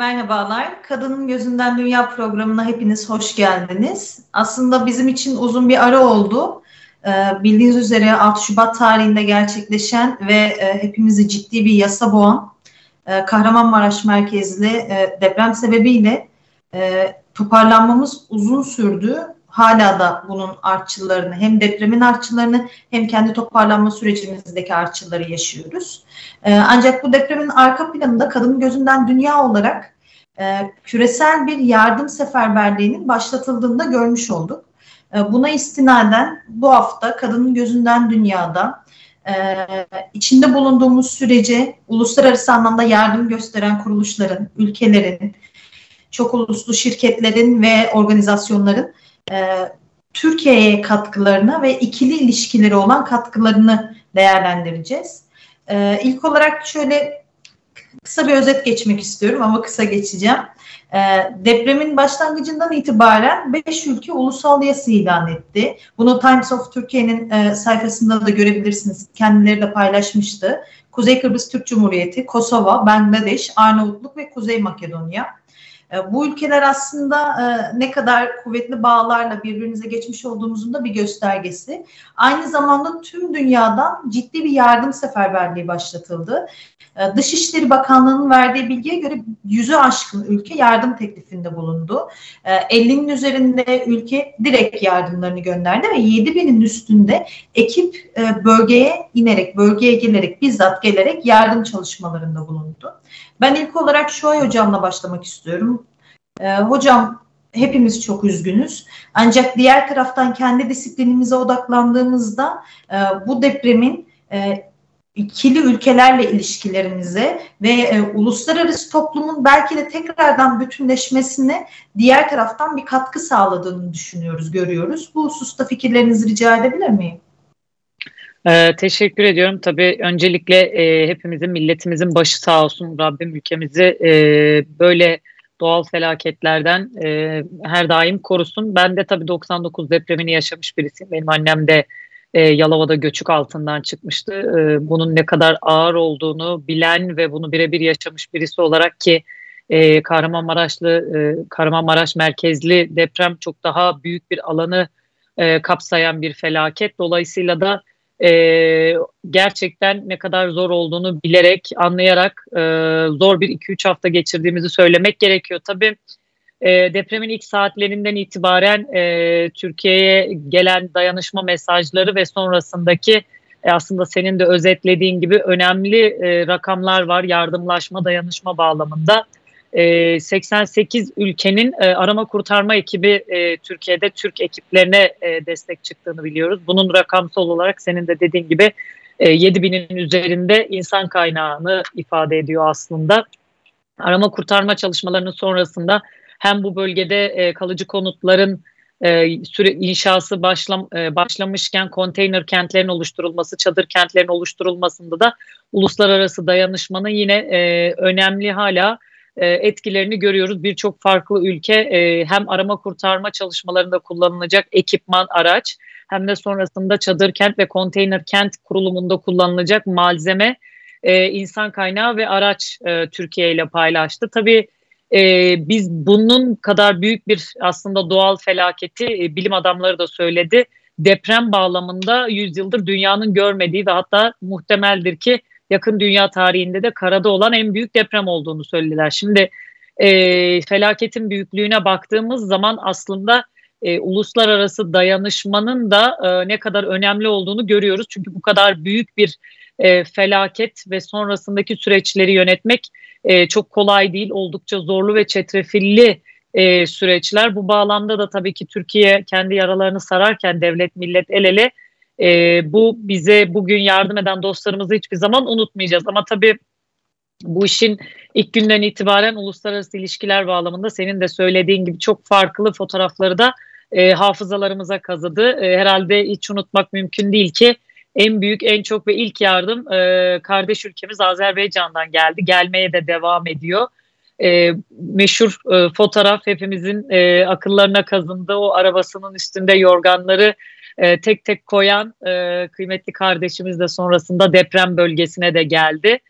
Merhabalar. Kadının Gözünden Dünya programına hepiniz hoş geldiniz. Aslında bizim için uzun bir ara oldu. Bildiğiniz üzere 6 Şubat tarihinde gerçekleşen ve hepimizi ciddi bir yasa boğan Kahramanmaraş merkezli deprem sebebiyle toparlanmamız uzun sürdü. Hala da bunun artçılarını, hem depremin artçılarını hem kendi toparlanma sürecimizdeki artçıları yaşıyoruz. Ancak bu depremin arka planında Kadının Gözünden Dünya olarak küresel bir yardım seferberliğinin başlatıldığını da görmüş olduk. Buna istinaden bu hafta Kadının Gözünden Dünya'da içinde bulunduğumuz sürece uluslararası anlamda yardım gösteren kuruluşların, ülkelerin, çok uluslu şirketlerin ve organizasyonların Türkiye'ye katkılarını ve ikili ilişkileri olan katkılarını değerlendireceğiz. İlk olarak şöyle kısa bir özet geçmek istiyorum ama kısa geçeceğim. Depremin başlangıcından itibaren 5 ülke ulusal yas ilan etti. Bunu Times of Türkiye'nin sayfasında da görebilirsiniz. Kendileri de paylaşmıştı. Kuzey Kıbrıs Türk Cumhuriyeti, Kosova, Bangladeş, Arnavutluk ve Kuzey Makedonya. Bu ülkeler aslında ne kadar kuvvetli bağlarla birbirimize geçmiş olduğumuzun da bir göstergesi. Aynı zamanda tüm dünyadan ciddi bir yardım seferberliği başlatıldı. Dışişleri Bakanlığı'nın verdiği bilgiye göre 100'ü aşkın ülke yardım teklifinde bulundu. 50'nin üzerinde ülke direkt yardımlarını gönderdi ve 7.000'in üstünde ekip bölgeye inerek, bölgeye gelerek, bizzat gelerek yardım çalışmalarında bulundu. Ben ilk olarak Şuay Hocam'la başlamak istiyorum. Hocam, hepimiz çok üzgünüz. Ancak diğer taraftan kendi disiplinimize odaklandığımızda bu depremin ikili ülkelerle ilişkilerimize ve uluslararası toplumun belki de tekrardan bütünleşmesine diğer taraftan bir katkı sağladığını düşünüyoruz, görüyoruz. Bu hususta fikirlerinizi rica edebilir miyim? Teşekkür ediyorum. Tabii öncelikle hepimizin, milletimizin başı sağ olsun. Rabbim ülkemizi böyle doğal felaketlerden her daim korusun. Ben de tabii 99 depremini yaşamış birisiyim. Benim annem de Yalova'da göçük altından çıkmıştı. Bunun ne kadar ağır olduğunu bilen ve bunu birebir yaşamış birisi olarak ki Kahramanmaraş merkezli deprem çok daha büyük bir alanı kapsayan bir felaket. Dolayısıyla da gerçekten ne kadar zor olduğunu bilerek, anlayarak zor bir 2-3 hafta geçirdiğimizi söylemek gerekiyor. Tabii depremin ilk saatlerinden itibaren Türkiye'ye gelen dayanışma mesajları ve sonrasındaki aslında senin de özetlediğin gibi önemli rakamlar var yardımlaşma, dayanışma bağlamında. 88 ülkenin arama kurtarma ekibi Türkiye'de Türk ekiplerine destek çıktığını biliyoruz. Bunun rakamsal olarak senin de dediğin gibi 7.000'in üzerinde insan kaynağını ifade ediyor aslında. Arama kurtarma çalışmalarının sonrasında hem bu bölgede kalıcı konutların inşası başlamışken konteyner kentlerin oluşturulması, çadır kentlerin oluşturulmasında da uluslararası dayanışmanın yine önemli hala etkilerini görüyoruz. Birçok farklı ülke hem arama kurtarma çalışmalarında kullanılacak ekipman, araç hem de sonrasında çadır kent ve konteyner kent kurulumunda kullanılacak malzeme, insan kaynağı ve araç Türkiye ile paylaştı. Tabii biz bunun kadar büyük bir aslında doğal felaketi bilim adamları da söyledi. Deprem bağlamında 100 yıldır dünyanın görmediği ve hatta muhtemeldir ki yakın dünya tarihinde de karada olan en büyük deprem olduğunu söylediler. Şimdi felaketin büyüklüğüne baktığımız zaman aslında uluslararası dayanışmanın da ne kadar önemli olduğunu görüyoruz. Çünkü bu kadar büyük bir felaket ve sonrasındaki süreçleri yönetmek çok kolay değil. Oldukça zorlu ve çetrefilli süreçler. Bu bağlamda da tabii ki Türkiye kendi yaralarını sararken devlet millet el ele bu bize bugün yardım eden dostlarımızı hiçbir zaman unutmayacağız. Ama tabii bu işin ilk günden itibaren uluslararası ilişkiler bağlamında senin de söylediğin gibi çok farklı fotoğrafları da hafızalarımıza kazıdı. Herhalde hiç unutmak mümkün değil ki en büyük, en çok ve ilk yardım kardeş ülkemiz Azerbaycan'dan geldi. Gelmeye de devam ediyor. Meşhur fotoğraf hepimizin akıllarına kazındı. O arabasının üstünde yorganları tek tek koyan kıymetli kardeşimiz de sonrasında deprem bölgesine de geldi.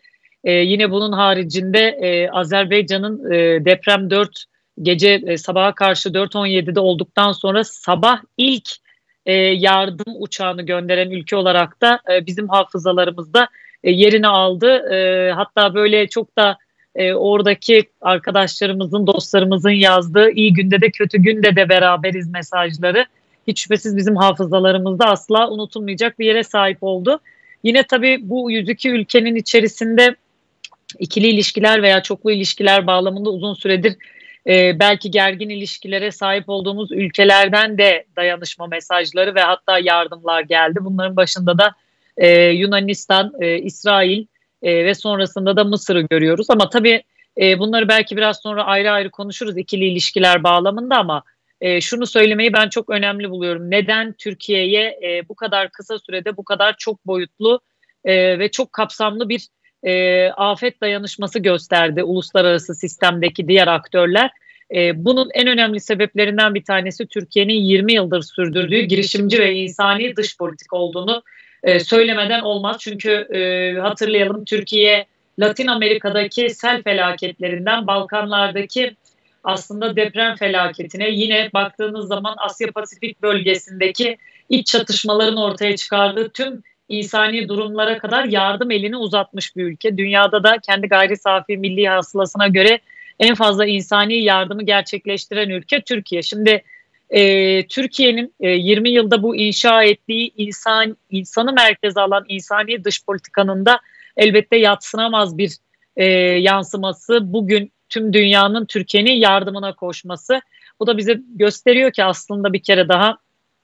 Yine bunun haricinde Azerbaycan'ın deprem 4 gece sabaha karşı 4.17'de olduktan sonra sabah ilk yardım uçağını gönderen ülke olarak da bizim hafızalarımızda yerini aldı. Hatta böyle çok da oradaki arkadaşlarımızın, dostlarımızın yazdığı iyi günde de kötü günde de beraberiz mesajları hiç şüphesiz bizim hafızalarımızda asla unutulmayacak bir yere sahip oldu. Yine tabii bu 102 ülkenin içerisinde ikili ilişkiler veya çoklu ilişkiler bağlamında uzun süredir belki gergin ilişkilere sahip olduğumuz ülkelerden de dayanışma mesajları ve hatta yardımlar geldi. Bunların başında da Yunanistan, İsrail ve sonrasında da Mısır'ı görüyoruz. Ama tabii bunları belki biraz sonra ayrı ayrı konuşuruz ikili ilişkiler bağlamında ama şunu söylemeyi ben çok önemli buluyorum. Neden Türkiye'ye bu kadar kısa sürede bu kadar çok boyutlu ve çok kapsamlı bir afet dayanışması gösterdi uluslararası sistemdeki diğer aktörler. Bunun en önemli sebeplerinden bir tanesi Türkiye'nin 20 yıldır sürdürdüğü girişimci ve insani dış politik olduğunu söylemeden olmaz. Çünkü hatırlayalım Türkiye Latin Amerika'daki sel felaketlerinden Balkanlardaki aslında deprem felaketine yine baktığınız zaman Asya Pasifik bölgesindeki iç çatışmaların ortaya çıkardığı tüm insani durumlara kadar yardım elini uzatmış bir ülke. Dünyada da kendi gayri safi milli hasılasına göre en fazla insani yardımı gerçekleştiren ülke Türkiye. Şimdi Türkiye'nin 20 yılda bu inşa ettiği insanı merkeze alan insani dış politikanın da elbette yadsınamaz bir yansıması bugün tüm dünyanın Türkiye'nin yardımına koşması. Bu da bize gösteriyor ki aslında bir kere daha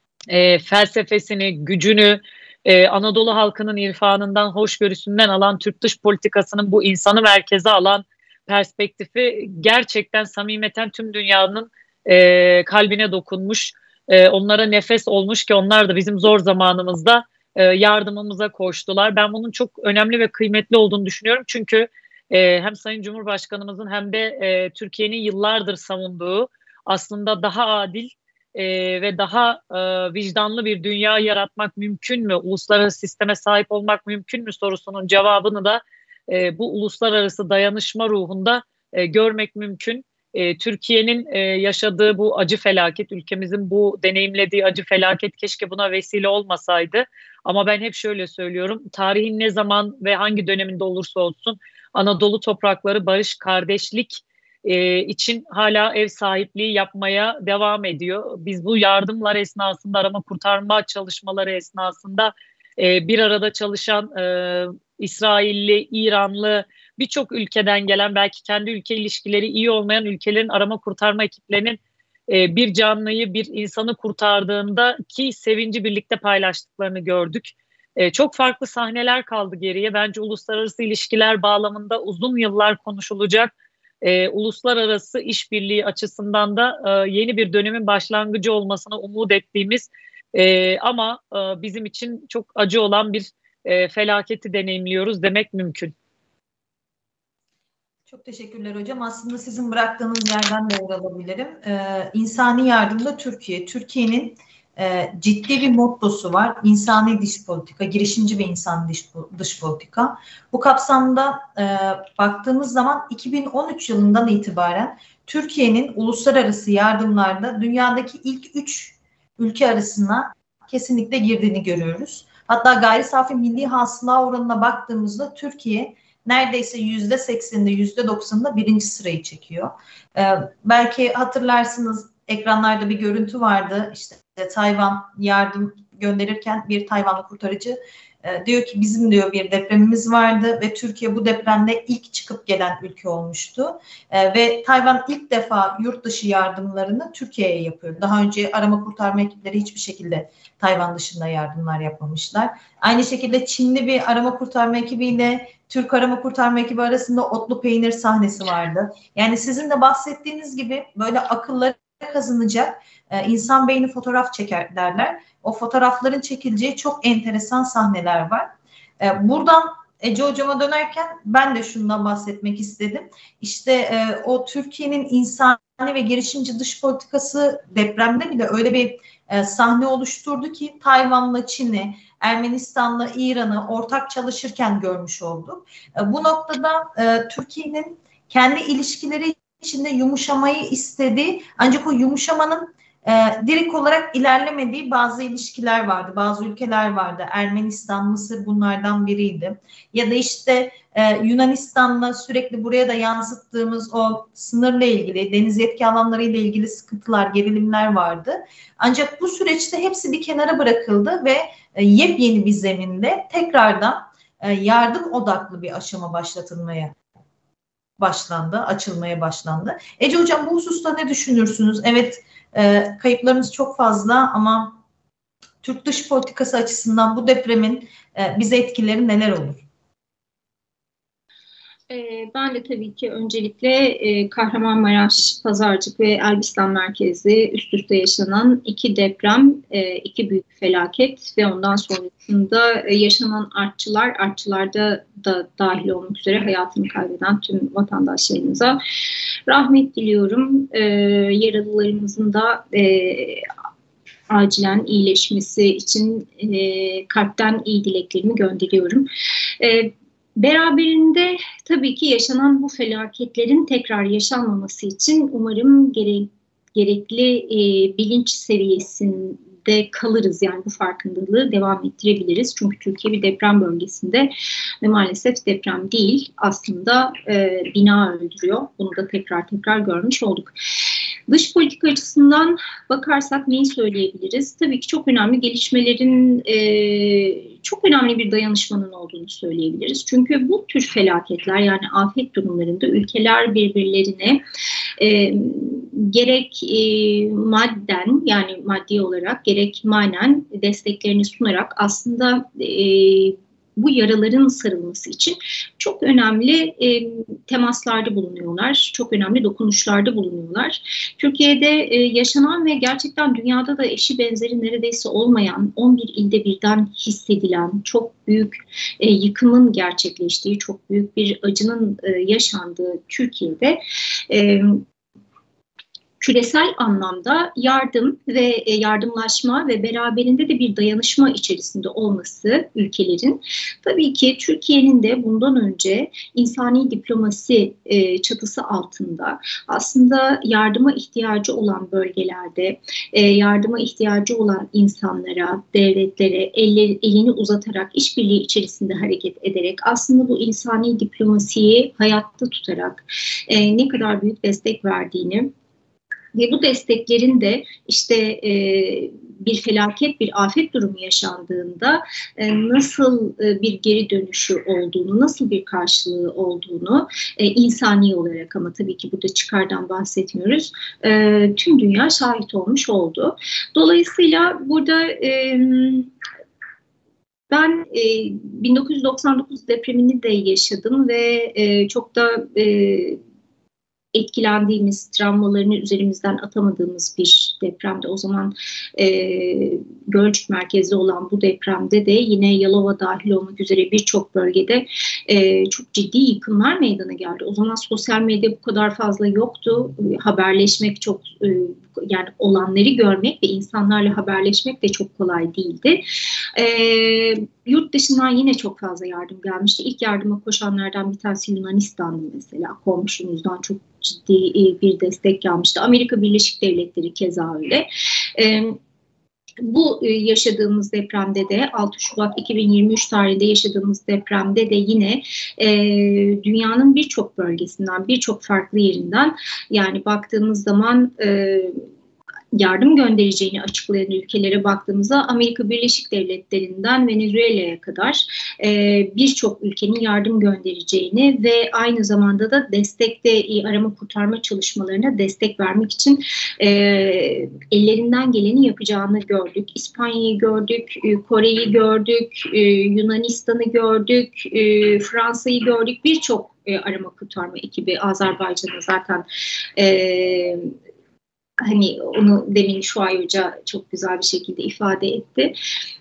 felsefesini, gücünü, Anadolu halkının irfanından, hoşgörüsünden alan Türk dış politikasının bu insanı merkeze alan perspektifi gerçekten samimeten tüm dünyanın kalbine dokunmuş, onlara nefes olmuş ki onlar da bizim zor zamanımızda yardımımıza koştular. Ben bunun çok önemli ve kıymetli olduğunu düşünüyorum çünkü hem Sayın Cumhurbaşkanımızın hem de Türkiye'nin yıllardır savunduğu aslında daha adil ve daha vicdanlı bir dünya yaratmak mümkün mü? Uluslararası sisteme sahip olmak mümkün mü sorusunun cevabını da bu uluslararası dayanışma ruhunda görmek mümkün. Türkiye'nin yaşadığı bu acı felaket, ülkemizin bu deneyimlediği acı felaket keşke buna vesile olmasaydı. Ama ben hep şöyle söylüyorum, tarihin ne zaman ve hangi döneminde olursa olsun Anadolu toprakları barış, kardeşlik için hala ev sahipliği yapmaya devam ediyor. Biz bu yardımlar esnasında, arama kurtarma çalışmaları esnasında bir arada çalışan İsrailli, İranlı, birçok ülkeden gelen belki kendi ülke ilişkileri iyi olmayan ülkelerin arama kurtarma ekiplerinin bir canlıyı, bir insanı kurtardığında ki sevinci birlikte paylaştıklarını gördük. Çok farklı sahneler kaldı geriye. Bence uluslararası ilişkiler bağlamında uzun yıllar konuşulacak uluslararası işbirliği açısından da yeni bir dönemin başlangıcı olmasını umut ettiğimiz ama bizim için çok acı olan bir felaketi deneyimliyoruz demek mümkün. Çok teşekkürler hocam. Aslında sizin bıraktığınız yerden devralabilirim. İnsani yardımda Türkiye'nin ciddi bir mottosu var. İnsani dış politika, girişimci ve insani dış politika. Bu kapsamda baktığımız zaman 2013 yılından itibaren Türkiye'nin uluslararası yardımlarda dünyadaki ilk 3 ülke arasına kesinlikle girdiğini görüyoruz. Hatta gayri safi milli hasıla oranına baktığımızda Türkiye neredeyse %80'inde %90'ında birinci sırayı çekiyor. Belki hatırlarsınız ekranlarda bir görüntü vardı. İşte Tayvan yardım gönderirken bir Tayvanlı kurtarıcı diyor ki bizim diyor bir depremimiz vardı ve Türkiye bu depremde ilk çıkıp gelen ülke olmuştu. Ve Tayvan ilk defa yurt dışı yardımlarını Türkiye'ye yapıyor. Daha önce arama kurtarma ekipleri hiçbir şekilde Tayvan dışında yardımlar yapmamışlar. Aynı şekilde Çinli bir arama kurtarma ekibiyle Türk arama kurtarma ekibi arasında otlu peynir sahnesi vardı. Yani sizin de bahsettiğiniz gibi böyle akılları kazanacak insan beyni fotoğraf çeker derler. O fotoğrafların çekileceği çok enteresan sahneler var. Buradan Ece hocama dönerken ben de şundan bahsetmek istedim. İşte o Türkiye'nin insani ve girişimci dış politikası depremde bile öyle bir sahne oluşturdu ki Tayvan'la Çin'i, Ermenistan'la İran'ı ortak çalışırken görmüş olduk. Bu noktada Türkiye'nin kendi ilişkileri içinde yumuşamayı istediği, ancak o yumuşamanın direkt olarak ilerlemediği bazı ilişkiler vardı, bazı ülkeler vardı. Ermenistan, Mısır bunlardan biriydi. Ya da işte Yunanistan'la sürekli buraya da yansıttığımız o sınırla ilgili, deniz yetki alanları ile ilgili sıkıntılar, gerilimler vardı. Ancak bu süreçte hepsi bir kenara bırakıldı ve yepyeni bir zeminde tekrardan yardım odaklı bir aşama açılmaya başlandı. Ece Hocam, bu hususta ne düşünürsünüz? Evet, kayıplarımız çok fazla ama Türk dış politikası açısından bu depremin bize etkileri neler olur? Ben de tabii ki öncelikle Kahramanmaraş, Pazarcık ve Elbistan merkezli üst üste yaşanan iki deprem, iki büyük felaket ve ondan sonrasında yaşanan artçılarda da dahil olmak üzere hayatını kaybeden tüm vatandaşlarımıza rahmet diliyorum. Yaralılarımızın da acilen iyileşmesi için kalpten iyi dileklerimi gönderiyorum. Beraberinde tabii ki yaşanan bu felaketlerin tekrar yaşanmaması için umarım gerekli bilinç seviyesinde kalırız. Yani bu farkındalığı devam ettirebiliriz. Çünkü Türkiye bir deprem bölgesinde ve maalesef deprem değil, aslında bina öldürüyor. Bunu da tekrar görmüş olduk. Dış politika açısından bakarsak neyi söyleyebiliriz? Tabii ki çok önemli gelişmelerin, çok önemli bir dayanışmanın olduğunu söyleyebiliriz. Çünkü bu tür felaketler, yani afet durumlarında ülkeler birbirlerine gerek madden, yani maddi olarak, gerek manen desteklerini sunarak aslında bu yaraların sarılması için çok önemli temaslarda bulunuyorlar, çok önemli dokunuşlarda bulunuyorlar. Türkiye'de yaşanan ve gerçekten dünyada da eşi benzeri neredeyse olmayan 11 ilde birden hissedilen çok büyük yıkımın gerçekleştiği, çok büyük bir acının yaşandığı Türkiye'de küresel anlamda yardım ve yardımlaşma ve beraberinde de bir dayanışma içerisinde olması ülkelerin, tabii ki Türkiye'nin de bundan önce insani diplomasi çatısı altında aslında yardıma ihtiyacı olan bölgelerde, yardıma ihtiyacı olan insanlara, devletlere elini uzatarak, işbirliği içerisinde hareket ederek aslında bu insani diplomasiyi hayatta tutarak ne kadar büyük destek verdiğini ve bu desteklerin de işte bir felaket, bir afet durumu yaşandığında nasıl bir geri dönüşü olduğunu, nasıl bir karşılığı olduğunu insani olarak, ama tabii ki burada çıkardan bahsetmiyoruz, tüm dünya şahit olmuş oldu. Dolayısıyla burada ben 1999 depremini de yaşadım ve çok da etkilendiğimiz, travmalarını üzerimizden atamadığımız bir depremde. O zaman Gölcük merkezli olan bu depremde de yine Yalova dahil olmak üzere birçok bölgede çok ciddi yıkımlar meydana geldi. O zaman sosyal medya bu kadar fazla yoktu. Haberleşmek çok, yani olanları görmek ve insanlarla haberleşmek de çok kolay değildi. Yurt dışından yine çok fazla yardım gelmişti. İlk yardıma koşanlardan bir tanesi Yunanistan'dı mesela. Komşumuzdan çok ciddi bir destek gelmişti. Amerika Birleşik Devletleri keza öyle. Bu yaşadığımız depremde de 6 Şubat 2023 tarihinde yaşadığımız depremde de yine dünyanın birçok bölgesinden, birçok farklı yerinden, yani baktığımız zaman yardım göndereceğini açıklayan ülkelere baktığımızda Amerika Birleşik Devletleri'nden Venezuela'ya kadar birçok ülkenin yardım göndereceğini ve aynı zamanda da destekte arama kurtarma çalışmalarına destek vermek için ellerinden geleni yapacağını gördük. İspanya'yı gördük, Kore'yi gördük, Yunanistan'ı gördük, Fransa'yı gördük. Birçok arama kurtarma ekibi, Azerbaycan'ı zaten hani onu demin Şuay Hoca çok güzel bir şekilde ifade etti.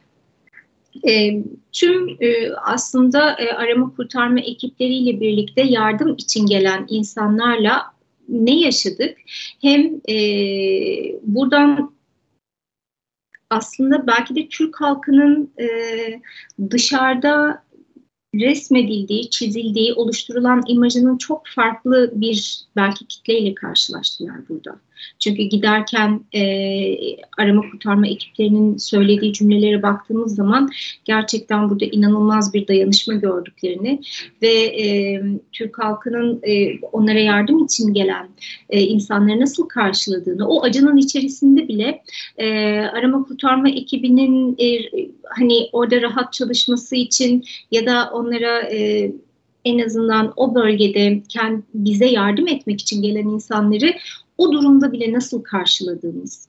Tüm aslında arama kurtarma ekipleriyle birlikte yardım için gelen insanlarla ne yaşadık? Hem buradan aslında belki de Türk halkının dışarıda resmedildiği, çizildiği, oluşturulan imajının çok farklı bir belki kitleyle karşılaştılar burada. Çünkü giderken arama kurtarma ekiplerinin söylediği cümlelere baktığımız zaman gerçekten burada inanılmaz bir dayanışma gördüklerini ve Türk halkının onlara yardım için gelen insanları nasıl karşıladığını, o acının içerisinde bile arama kurtarma ekibinin hani orada rahat çalışması için ya da onlara en azından o bölgede bize yardım etmek için gelen insanları o durumda bile nasıl karşıladığımız,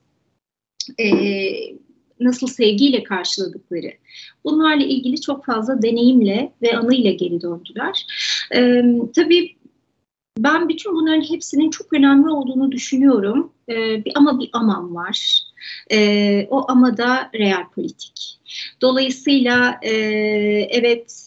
nasıl sevgiyle karşıladıkları, bunlarla ilgili çok fazla deneyimle ve anıyla geri döndüler. Tabii ben bütün bunların hepsinin çok önemli olduğunu düşünüyorum. Ama bir amam var. O ama da realpolitik. Dolayısıyla evet,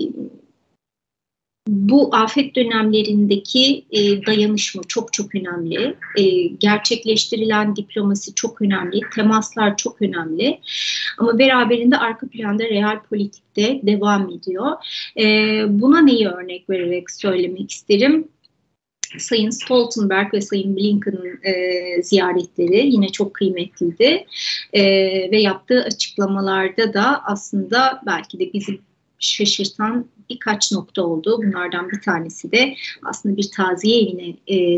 bu afet dönemlerindeki dayanışma çok çok önemli. Gerçekleştirilen diplomasi çok önemli. Temaslar çok önemli. Ama beraberinde arka planda realpolitik de devam ediyor. Buna neyi örnek vererek söylemek isterim? Sayın Stoltenberg ve Sayın Blinken'ın ziyaretleri yine çok kıymetliydi. Ve yaptığı açıklamalarda da aslında belki de bizi şaşırtan birkaç nokta oldu. Bunlardan bir tanesi de aslında bir taziye evine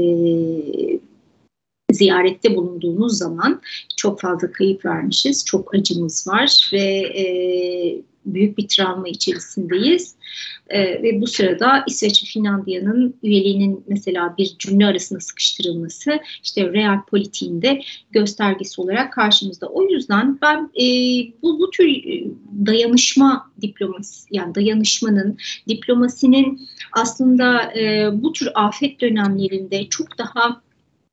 ziyarette bulunduğumuz zaman çok fazla kayıp vermişiz, çok acımız var ve büyük bir travma içerisindeyiz. Ve bu sırada İsveç ve Finlandiya'nın üyeliğinin mesela bir cümle arasında sıkıştırılması işte realpolitiğin de göstergesi olarak karşımızda. O yüzden ben bu tür dayanışma diplomasi, yani dayanışmanın, diplomasinin aslında bu tür afet dönemlerinde çok daha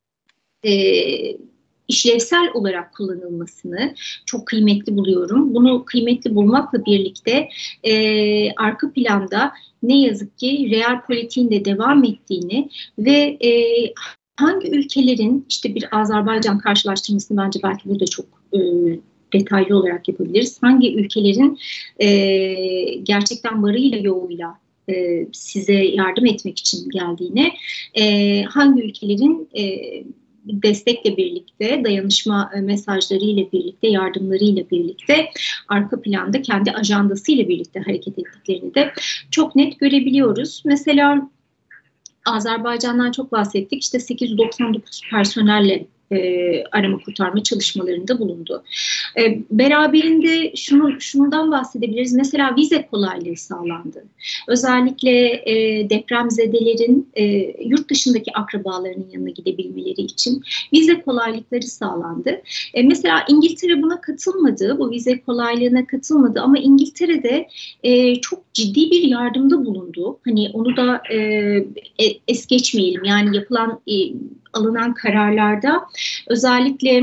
işlevsel olarak kullanılmasını çok kıymetli buluyorum. Bunu kıymetli bulmakla birlikte arka planda ne yazık ki realpolitiğin de devam ettiğini ve hangi ülkelerin, işte bir Azerbaycan karşılaştırmasını bence belki burada çok detaylı olarak yapabiliriz. Hangi ülkelerin gerçekten varıyla yoğuyla size yardım etmek için geldiğini, hangi ülkelerin destekle birlikte, dayanışma mesajlarıyla birlikte, yardımlarıyla birlikte, arka planda kendi ajandasıyla birlikte hareket ettiklerini de çok net görebiliyoruz. Mesela Azerbaycan'dan çok bahsettik. İşte 899 personelle arama kurtarma çalışmalarında bulundu. Beraberinde şundan bahsedebiliriz. Mesela vize kolaylığı sağlandı. Özellikle depremzedelerin yurt dışındaki akrabalarının yanına gidebilmeleri için vize kolaylıkları sağlandı. Mesela İngiltere buna katılmadı, bu vize kolaylığına katılmadı ama İngiltere'de çok ciddi bir yardımda bulundu. Hani onu da es geçmeyelim. Yani alınan kararlarda özellikle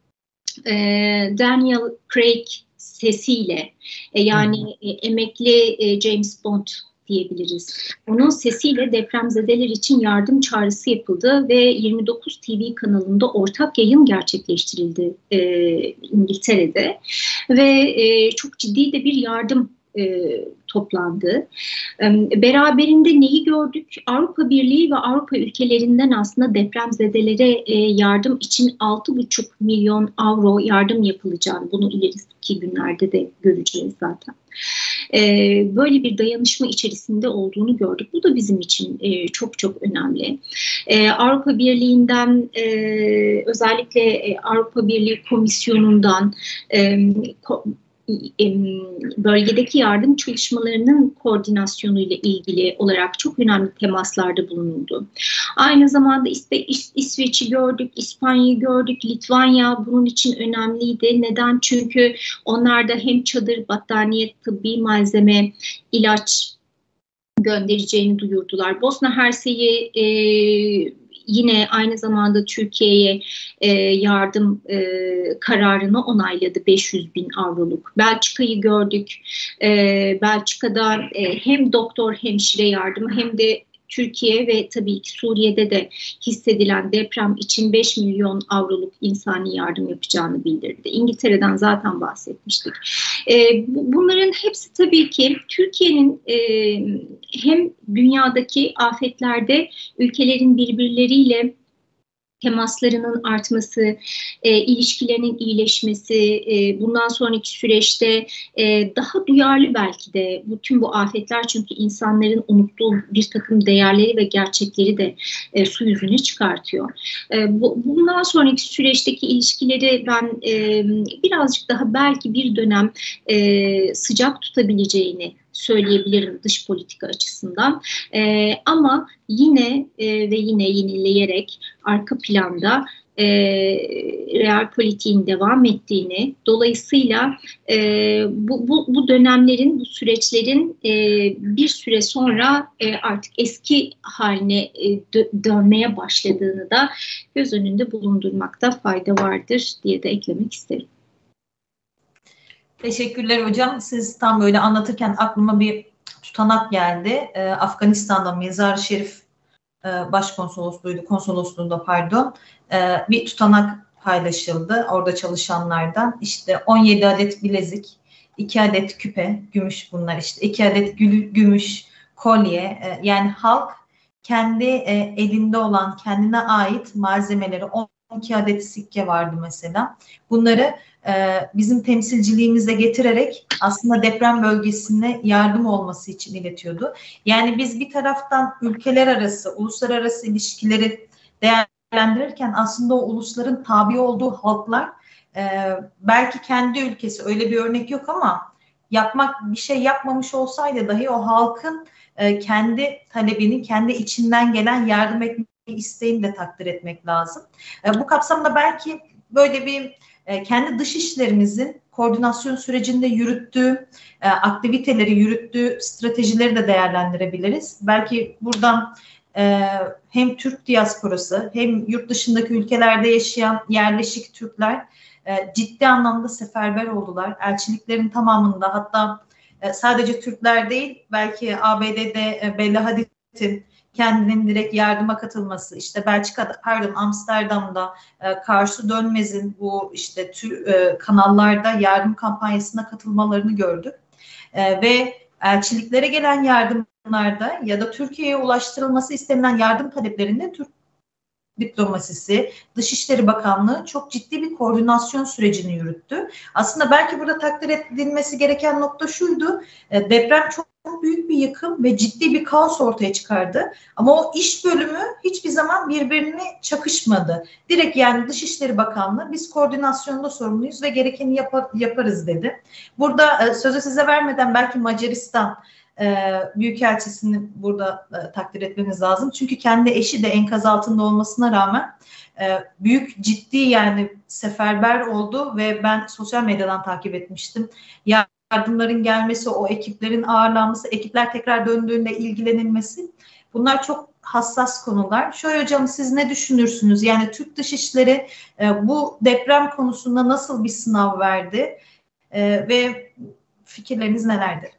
Daniel Craig sesiyle yani emekli James Bond diyebiliriz. Onun sesiyle depremzedeler için yardım çağrısı yapıldı ve 29 TV kanalında ortak yayın gerçekleştirildi İngiltere'de ve çok ciddi de bir yardım toplandı. Beraberinde neyi gördük? Avrupa Birliği ve Avrupa ülkelerinden aslında depremzedelere yardım için 6,5 milyon avro yardım yapılacağını, bunu ileriki günlerde de göreceğiz zaten. Böyle bir dayanışma içerisinde olduğunu gördük. Bu da bizim için çok çok önemli. Avrupa Birliği'nden özellikle Avrupa Birliği Komisyonu'ndan bölgedeki yardım çalışmalarının koordinasyonu ile ilgili olarak çok önemli temaslarda bulunuldu. Aynı zamanda İsveç'i gördük, İspanya'yı gördük, Litvanya bunun için önemliydi. Neden? Çünkü onlar da hem çadır, battaniye, tıbbi malzeme, ilaç göndereceğini duyurdular. Bosna Hersek'i yine aynı zamanda Türkiye'ye yardım kararını onayladı, 500 bin avroluk. Belçika'yı gördük. Belçika'da hem doktor hemşire yardımı hem de Türkiye ve tabii ki Suriye'de de hissedilen deprem için 5 milyon avroluk insani yardım yapacağını bildirdi. İngiltere'den zaten bahsetmiştik. Bunların hepsi tabii ki Türkiye'nin hem dünyadaki afetlerde ülkelerin birbirleriyle temaslarının artması, ilişkilerinin iyileşmesi, bundan sonraki süreçte daha duyarlı belki de bütün bu afetler, çünkü insanların unuttuğu bir takım değerleri ve gerçekleri de su yüzüne çıkartıyor. Bundan sonraki süreçteki ilişkileri ben birazcık daha belki bir dönem sıcak tutabileceğini söyleyebilirim dış politika açısından. Ama yine ve yine yenileyerek arka planda real politiğin devam ettiğini, dolayısıyla bu dönemlerin, bu süreçlerin bir süre sonra artık eski haline dönmeye başladığını da göz önünde bulundurmakta fayda vardır diye de eklemek isterim. Teşekkürler hocam. Siz tam böyle anlatırken aklıma bir tutanak geldi. Afganistan'da Mezar-ı Şerif konsolosluğunda pardon, bir tutanak paylaşıldı orada çalışanlardan. İşte 17 adet bilezik, 2 adet küpe, gümüş bunlar işte, 2 adet gümüş kolye. Yani halk kendi elinde olan, kendine ait malzemeleri, 12 adet sikke vardı mesela. Bunları bizim temsilciliğimize getirerek aslında deprem bölgesine yardım olması için iletiyordu. Yani biz bir taraftan ülkeler arası, uluslararası ilişkileri değerlendirirken aslında o ulusların tabi olduğu halklar belki kendi ülkesi, öyle bir örnek yok ama bir şey yapmamış olsaydı dahi o halkın kendi talebini, kendi içinden gelen yardım etme isteğini de takdir etmek lazım. Bu kapsamda belki böyle bir kendi dış işlerimizin koordinasyon sürecinde yürüttüğü aktiviteleri, yürüttüğü stratejileri de değerlendirebiliriz. Belki buradan hem Türk diasporası hem yurt dışındaki ülkelerde yaşayan yerleşik Türkler ciddi anlamda seferber oldular. Elçiliklerin tamamında, hatta sadece Türkler değil, belki ABD'de Bella Hadid'in kendinin direkt yardıma katılması, işte Amsterdam'da Karsu Dönmez'in bu işte kanallarda yardım kampanyasına katılmalarını gördük. Ve elçiliklere gelen yardımlarda ya da Türkiye'ye ulaştırılması istenilen yardım taleplerinde Türk diplomasisi, Dışişleri Bakanlığı çok ciddi bir koordinasyon sürecini yürüttü. Aslında belki burada takdir edilmesi gereken nokta şuydu: deprem çok büyük bir yıkım ve ciddi bir kaos ortaya çıkardı. Ama o iş bölümü hiçbir zaman birbirine çakışmadı. Direkt yani Dışişleri Bakanlığı biz koordinasyonda sorumluyuz ve gerekeni yaparız dedi. Burada sözü size vermeden belki Macaristan Büyükelçisini burada takdir etmemiz lazım. Çünkü kendi eşi de enkaz altında olmasına rağmen büyük ciddi yani seferber oldu ve ben sosyal medyadan takip etmiştim. Yardımların gelmesi, o ekiplerin ağırlanması, ekipler tekrar döndüğünde ilgilenilmesi, bunlar çok hassas konular. Şöyle hocam, siz ne düşünürsünüz? Yani Türk Dışişleri bu deprem konusunda nasıl bir sınav verdi ve fikirleriniz nelerdir?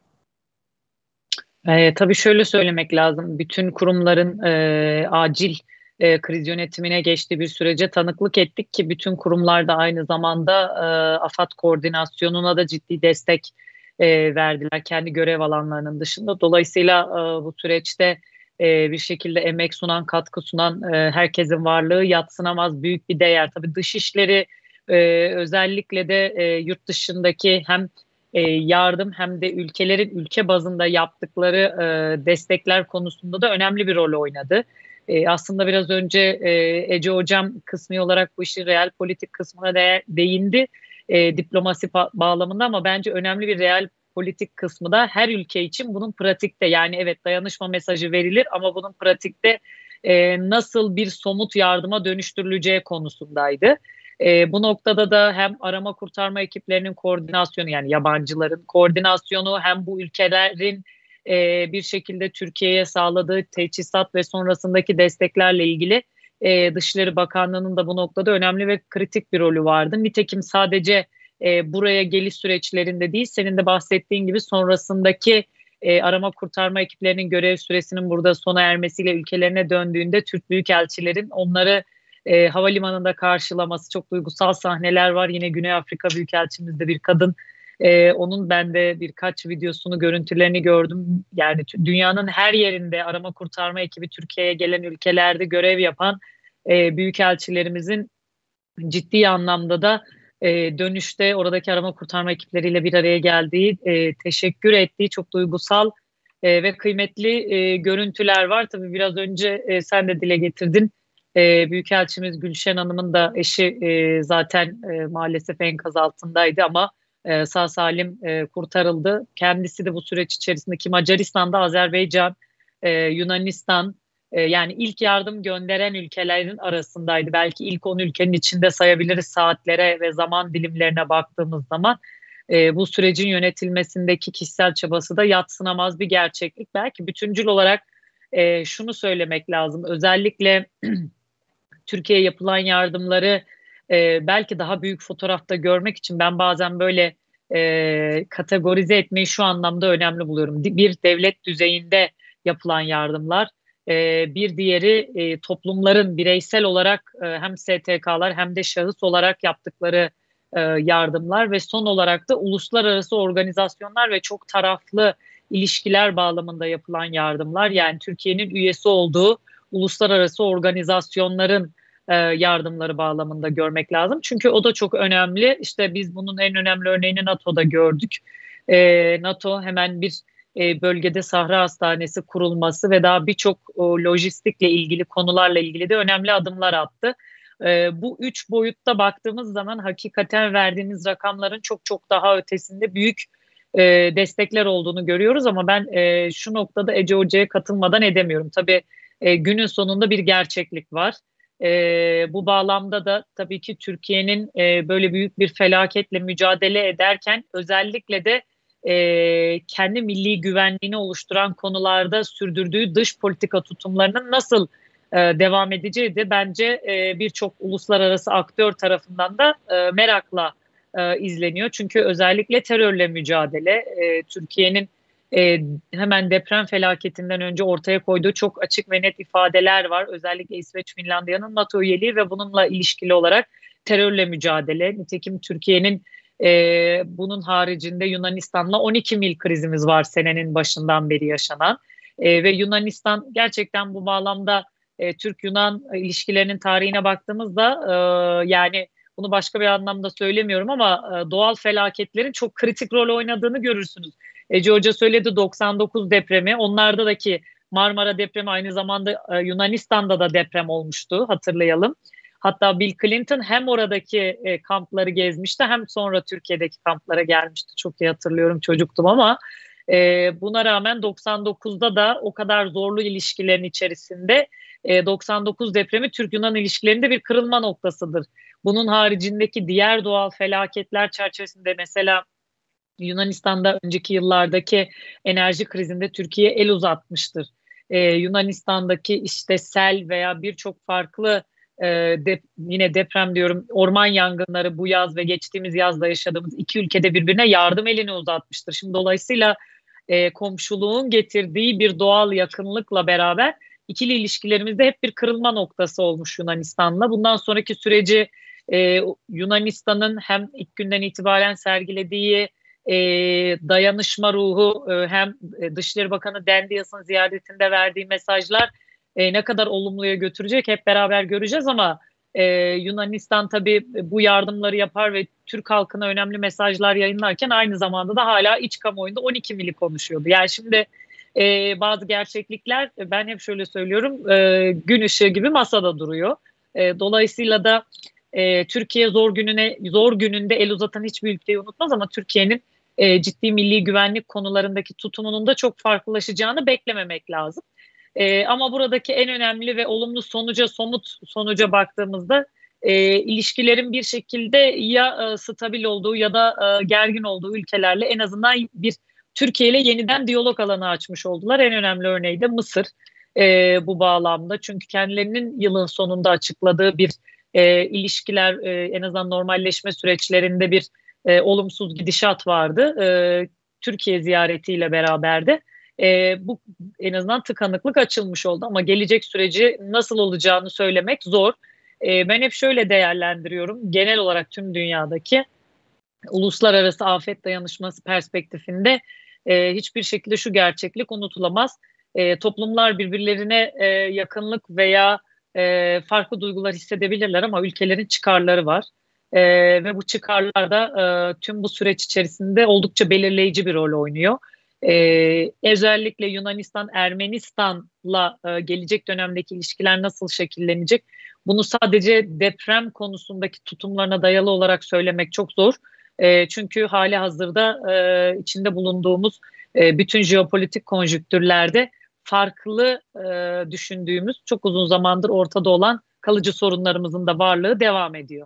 Tabii şöyle söylemek lazım. Bütün kurumların acil kriz yönetimine geçtiği bir sürece tanıklık ettik ki bütün kurumlar da aynı zamanda AFAD koordinasyonuna da ciddi destek verdiler kendi görev alanlarının dışında. Dolayısıyla bu süreçte bir şekilde emek sunan, katkı sunan herkesin varlığı yadsınamaz büyük bir değer. Tabii dışişleri özellikle de yurt dışındaki hem yardım hem de ülkelerin ülke bazında yaptıkları destekler konusunda da önemli bir rol oynadı. Aslında biraz önce Ece Hocam kısmi olarak bu işin real politik kısmına değindi diplomasi bağlamında, ama bence önemli bir real politik kısmı da her ülke için bunun pratikte, yani evet dayanışma mesajı verilir ama bunun pratikte nasıl bir somut yardıma dönüştürüleceği konusundaydı. Bu noktada da hem arama kurtarma ekiplerinin koordinasyonu, yani yabancıların koordinasyonu, hem bu ülkelerin bir şekilde Türkiye'ye sağladığı teçhizat ve sonrasındaki desteklerle ilgili Dışişleri Bakanlığı'nın da bu noktada önemli ve kritik bir rolü vardı. Nitekim sadece buraya geliş süreçlerinde değil, senin de bahsettiğin gibi sonrasındaki arama kurtarma ekiplerinin görev süresinin burada sona ermesiyle ülkelerine döndüğünde Türk büyükelçilerin onları havalimanında karşılaması, çok duygusal sahneler var. Yine Güney Afrika Büyükelçimizde bir kadın. Onun ben de birkaç videosunu, görüntülerini gördüm. Yani dünyanın her yerinde arama kurtarma ekibi, Türkiye'ye gelen ülkelerde görev yapan büyükelçilerimizin ciddi anlamda da dönüşte oradaki arama kurtarma ekipleriyle bir araya geldiği, teşekkür ettiği çok duygusal ve kıymetli görüntüler var. Tabii biraz önce sen de dile getirdin. Büyükelçimiz Gülşen Hanım'ın da eşi zaten maalesef enkaz altındaydı ama sağ salim kurtarıldı. Kendisi de bu süreç içerisindeki Macaristan'da, Azerbaycan, Yunanistan, yani ilk yardım gönderen ülkelerin arasındaydı. Belki ilk 10 ülkenin içinde sayabiliriz saatlere ve zaman dilimlerine baktığımız zaman. Bu sürecin yönetilmesindeki kişisel çabası da yadsınamaz bir gerçeklik. Belki bütüncül olarak şunu söylemek lazım. Özellikle Türkiye'ye yapılan yardımları belki daha büyük fotoğrafta görmek için ben bazen böyle kategorize etmeyi şu anlamda önemli buluyorum. Bir, devlet düzeyinde yapılan yardımlar. Bir diğeri toplumların bireysel olarak hem STK'lar hem de şahıs olarak yaptıkları yardımlar ve son olarak da uluslararası organizasyonlar ve çok taraflı ilişkiler bağlamında yapılan yardımlar. Yani Türkiye'nin üyesi olduğu uluslararası organizasyonların yardımları bağlamında görmek lazım. Çünkü o da çok önemli. İşte biz bunun en önemli örneğini NATO'da gördük. NATO hemen bir bölgede Sahra Hastanesi kurulması ve daha birçok lojistikle ilgili konularla ilgili de önemli adımlar attı. Bu üç boyutta baktığımız zaman hakikaten verdiğimiz rakamların çok çok daha ötesinde büyük destekler olduğunu görüyoruz ama ben şu noktada Ece Hoca'ya katılmadan edemiyorum. Tabii günün sonunda bir gerçeklik var. Bu bağlamda da tabii ki Türkiye'nin böyle büyük bir felaketle mücadele ederken özellikle de kendi milli güvenliğini oluşturan konularda sürdürdüğü dış politika tutumlarının nasıl devam edeceği de bence birçok uluslararası aktör tarafından da merakla izleniyor. Çünkü özellikle terörle mücadele Türkiye'nin hemen deprem felaketinden önce ortaya koyduğu çok açık ve net ifadeler var. Özellikle İsveç, Finlandiya'nın NATO üyeliği ve bununla ilişkili olarak terörle mücadele. Nitekim Türkiye'nin bunun haricinde Yunanistan'la 12 mil krizimiz var senenin başından beri yaşanan. Ve Yunanistan gerçekten bu bağlamda Türk-Yunan ilişkilerinin tarihine baktığımızda yani bunu başka bir anlamda söylemiyorum ama doğal felaketlerin çok kritik rol oynadığını görürsünüz. Ece Hoca söyledi 99 depremi. Onlardaki Marmara depremi aynı zamanda Yunanistan'da da deprem olmuştu, hatırlayalım. Hatta Bill Clinton hem oradaki kampları gezmişti hem sonra Türkiye'deki kamplara gelmişti. Çok iyi hatırlıyorum, çocuktum ama buna rağmen 99'da da o kadar zorlu ilişkilerin içerisinde 99 depremi Türk-Yunan ilişkilerinde bir kırılma noktasıdır. Bunun haricindeki diğer doğal felaketler çerçevesinde mesela Yunanistan'da önceki yıllardaki enerji krizinde Türkiye el uzatmıştır. Yunanistan'daki işte sel veya birçok farklı yine deprem diyorum, orman yangınları bu yaz ve geçtiğimiz yazda yaşadığımız iki ülkede birbirine yardım elini uzatmıştır. Şimdi dolayısıyla komşuluğun getirdiği bir doğal yakınlıkla beraber ikili ilişkilerimizde hep bir kırılma noktası olmuş Yunanistan'la. Bundan sonraki süreci Yunanistan'ın hem ilk günden itibaren sergilediği dayanışma ruhu hem Dışişleri Bakanı Dendias'ın ziyaretinde verdiği mesajlar ne kadar olumluya götürecek hep beraber göreceğiz ama Yunanistan tabii bu yardımları yapar ve Türk halkına önemli mesajlar yayınlarken aynı zamanda da hala iç kamuoyunda 12 mili konuşuyordu. Yani şimdi bazı gerçeklikler ben hep şöyle söylüyorum gün ışığı gibi masada duruyor. Dolayısıyla da Türkiye zor gününde el uzatan hiçbir ülkeyi unutmaz ama Türkiye'nin ciddi milli güvenlik konularındaki tutumunun da çok farklılaşacağını beklememek lazım. Ama buradaki en önemli ve olumlu somut sonuca baktığımızda ilişkilerin bir şekilde ya stabil olduğu ya da gergin olduğu ülkelerle en azından bir Türkiye ile yeniden diyalog alanı açmış oldular. En önemli örneği de Mısır bu bağlamda. Çünkü kendilerinin yılın sonunda açıkladığı bir ilişkiler en azından normalleşme süreçlerinde bir olumsuz gidişat vardı. Türkiye ziyaretiyle beraber de bu en azından tıkanıklık açılmış oldu. Ama gelecek süreci nasıl olacağını söylemek zor. Ben hep şöyle değerlendiriyorum. Genel olarak tüm dünyadaki uluslararası afet dayanışması perspektifinde hiçbir şekilde şu gerçeklik unutulamaz. Toplumlar birbirlerine yakınlık veya farklı duygular hissedebilirler ama ülkelerin çıkarları var. Ve bu çıkarlar da tüm bu süreç içerisinde oldukça belirleyici bir rol oynuyor. Özellikle Yunanistan, Ermenistan'la gelecek dönemdeki ilişkiler nasıl şekillenecek? Bunu sadece deprem konusundaki tutumlarına dayalı olarak söylemek çok zor. Çünkü hali hazırda içinde bulunduğumuz bütün jeopolitik konjüktürlerde farklı düşündüğümüz, çok uzun zamandır ortada olan kalıcı sorunlarımızın da varlığı devam ediyor.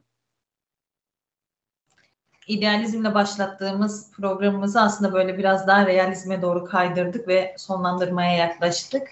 İdealizmle başlattığımız programımızı aslında böyle biraz daha realizme doğru kaydırdık ve sonlandırmaya yaklaştık.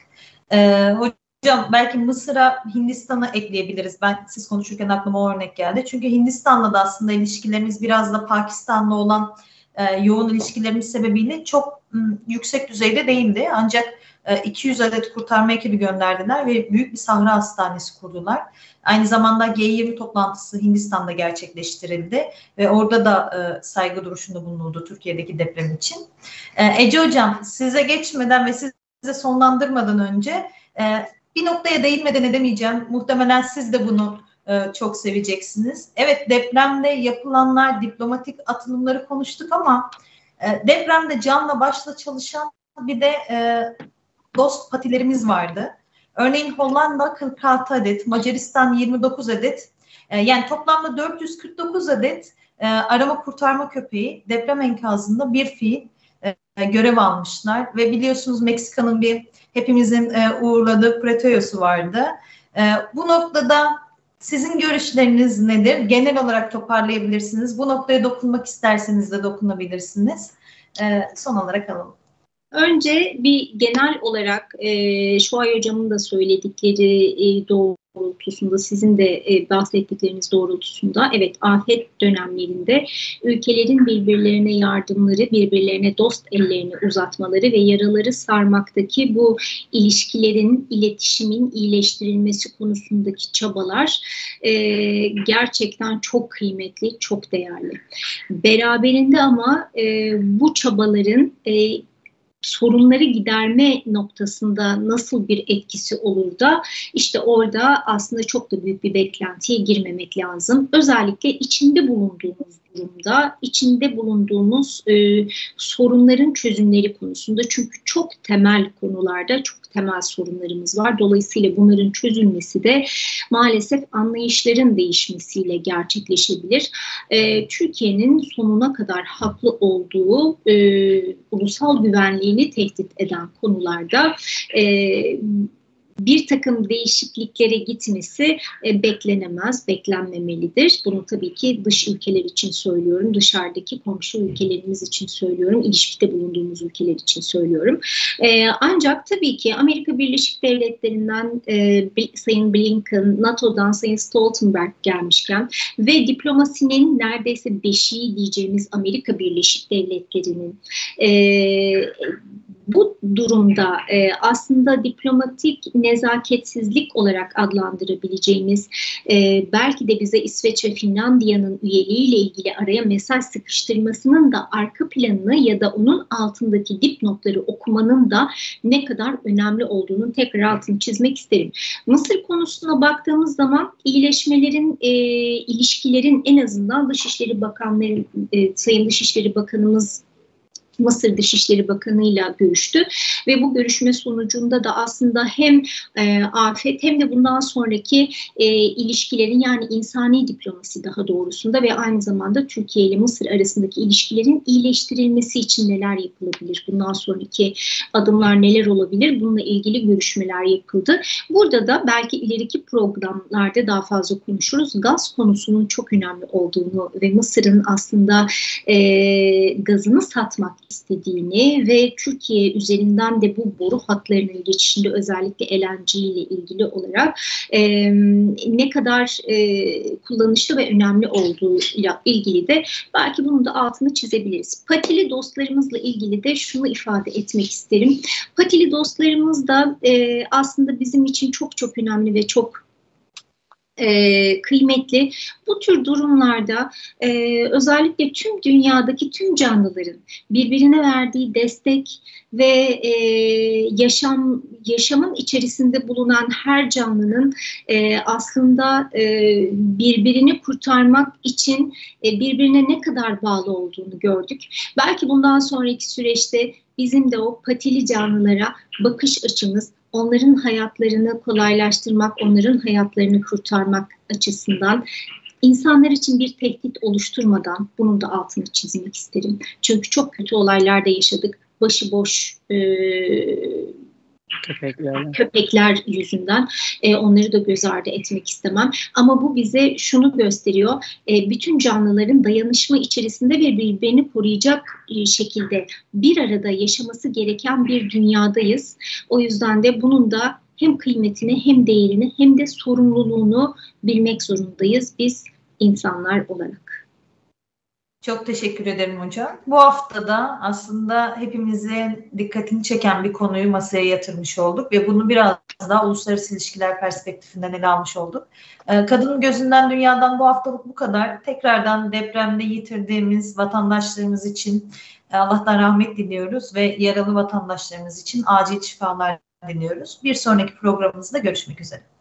Hocam belki Mısır'a, Hindistan'a ekleyebiliriz. Siz konuşurken aklıma o örnek geldi. Çünkü Hindistan'la da aslında ilişkilerimiz biraz da Pakistan'la olan yoğun ilişkilerimiz sebebiyle çok yüksek düzeyde değildi. Ancak 200 adet kurtarma ekibi gönderdiler ve büyük bir sahra hastanesi kurdular. Aynı zamanda G20 toplantısı Hindistan'da gerçekleştirildi ve orada da saygı duruşunda bulunuldu Türkiye'deki deprem için. Ece Hocam, size geçmeden ve size sonlandırmadan önce bir noktaya değinmeden edemeyeceğim. Muhtemelen siz de bunu çok seveceksiniz. Evet, depremde yapılanlar, diplomatik atılımları konuştuk ama depremde canla başla çalışan bir de dost patilerimiz vardı. Örneğin Hollanda 46 adet, Macaristan 29 adet, yani toplamda 449 adet arama kurtarma köpeği deprem enkazında bir fiil görev almışlar. Ve biliyorsunuz Meksika'nın hepimizin uğurladığı Pretoyos'u vardı. Bu noktada sizin görüşleriniz nedir? Genel olarak toparlayabilirsiniz. Bu noktaya dokunmak isterseniz de dokunabilirsiniz. Son olarak alalım. Önce bir genel olarak Şuay Hocam'ın da söyledikleri doğrultusunda, sizin de bahsettikleriniz doğrultusunda, evet, afet dönemlerinde ülkelerin birbirlerine yardımları, birbirlerine dost ellerini uzatmaları ve yaraları sarmaktaki bu ilişkilerin, iletişimin iyileştirilmesi konusundaki çabalar gerçekten çok kıymetli, çok değerli. Beraberinde ama bu çabaların sorunları giderme noktasında nasıl bir etkisi olur da işte orada aslında çok da büyük bir beklentiye girmemek lazım. Özellikle içinde bulunduğumuz durumda, içinde bulunduğumuz sorunların çözümleri konusunda, çünkü çok temel konularda çok temel sorunlarımız var. Dolayısıyla bunların çözülmesi de maalesef anlayışların değişmesiyle gerçekleşebilir. Türkiye'nin sonuna kadar haklı olduğu ulusal güvenliğini tehdit eden konularda bir takım değişikliklere gitmesi beklenemez, beklenmemelidir. Bunu tabii ki dış ülkeler için söylüyorum, dışarıdaki komşu ülkelerimiz için söylüyorum, ilişkide bulunduğumuz ülkeler için söylüyorum. Ancak tabii ki Amerika Birleşik Devletleri'nden Sayın Blinken, NATO'dan Sayın Stoltenberg gelmişken ve diplomasinin neredeyse beşiği diyeceğimiz Amerika Birleşik Devletleri'nin bu durumda aslında diplomatik nezaketsizlik olarak adlandırabileceğimiz, belki de bize İsveç ve Finlandiya'nın üyeliğiyle ilgili araya mesaj sıkıştırmasının da arka planını ya da onun altındaki dipnotları okumanın da ne kadar önemli olduğunu tekrar altını çizmek isterim. Mısır konusuna baktığımız zaman iyileşmelerin, ilişkilerin en azından Dışişleri Bakanları, Sayın Dışişleri Bakanımız Mısır Dışişleri Bakanı'yla görüştü ve bu görüşme sonucunda da aslında hem afet hem de bundan sonraki ilişkilerin, yani insani diplomasi daha doğrusunda ve aynı zamanda Türkiye ile Mısır arasındaki ilişkilerin iyileştirilmesi için neler yapılabilir? Bundan sonraki adımlar neler olabilir? Bununla ilgili görüşmeler yapıldı. Burada da belki ileriki programlarda daha fazla konuşuruz. Gaz konusunun çok önemli olduğunu ve Mısır'ın aslında gazını satmak istediğini ve Türkiye üzerinden de bu boru hatlarının geçişinde özellikle LNG ile ilgili olarak ne kadar kullanışlı ve önemli olduğuyla ilgili de belki bunun da altını çizebiliriz. Patili dostlarımızla ilgili de şunu ifade etmek isterim. Patili dostlarımız da aslında bizim için çok çok önemli ve çok kıymetli. Bu tür durumlarda özellikle tüm dünyadaki tüm canlıların birbirine verdiği destek ve yaşamın içerisinde bulunan her canlının aslında birbirini kurtarmak için birbirine ne kadar bağlı olduğunu gördük. Belki bundan sonraki süreçte bizim de o patili canlılara bakış açımız, onların hayatlarını kolaylaştırmak, onların hayatlarını kurtarmak açısından insanlar için bir tehdit oluşturmadan bunun da altını çizmek isterim. Çünkü çok kötü olaylar da yaşadık. Başıboş köpekler yüzünden onları da göz ardı etmek istemem. Ama bu bize şunu gösteriyor. Bütün canlıların dayanışma içerisinde ve birbirini koruyacak şekilde bir arada yaşaması gereken bir dünyadayız. O yüzden de bunun da hem kıymetini hem değerini hem de sorumluluğunu bilmek zorundayız biz insanlar olarak. Çok teşekkür ederim hocam. Bu haftada aslında hepimizin dikkatini çeken bir konuyu masaya yatırmış olduk ve bunu biraz daha uluslararası ilişkiler perspektifinden ele almış olduk. Kadının gözünden dünyadan bu haftalık bu kadar. Tekrardan depremde yitirdiğimiz vatandaşlarımız için Allah'tan rahmet diliyoruz ve yaralı vatandaşlarımız için acil şifalar diliyoruz. Bir sonraki programımızda görüşmek üzere.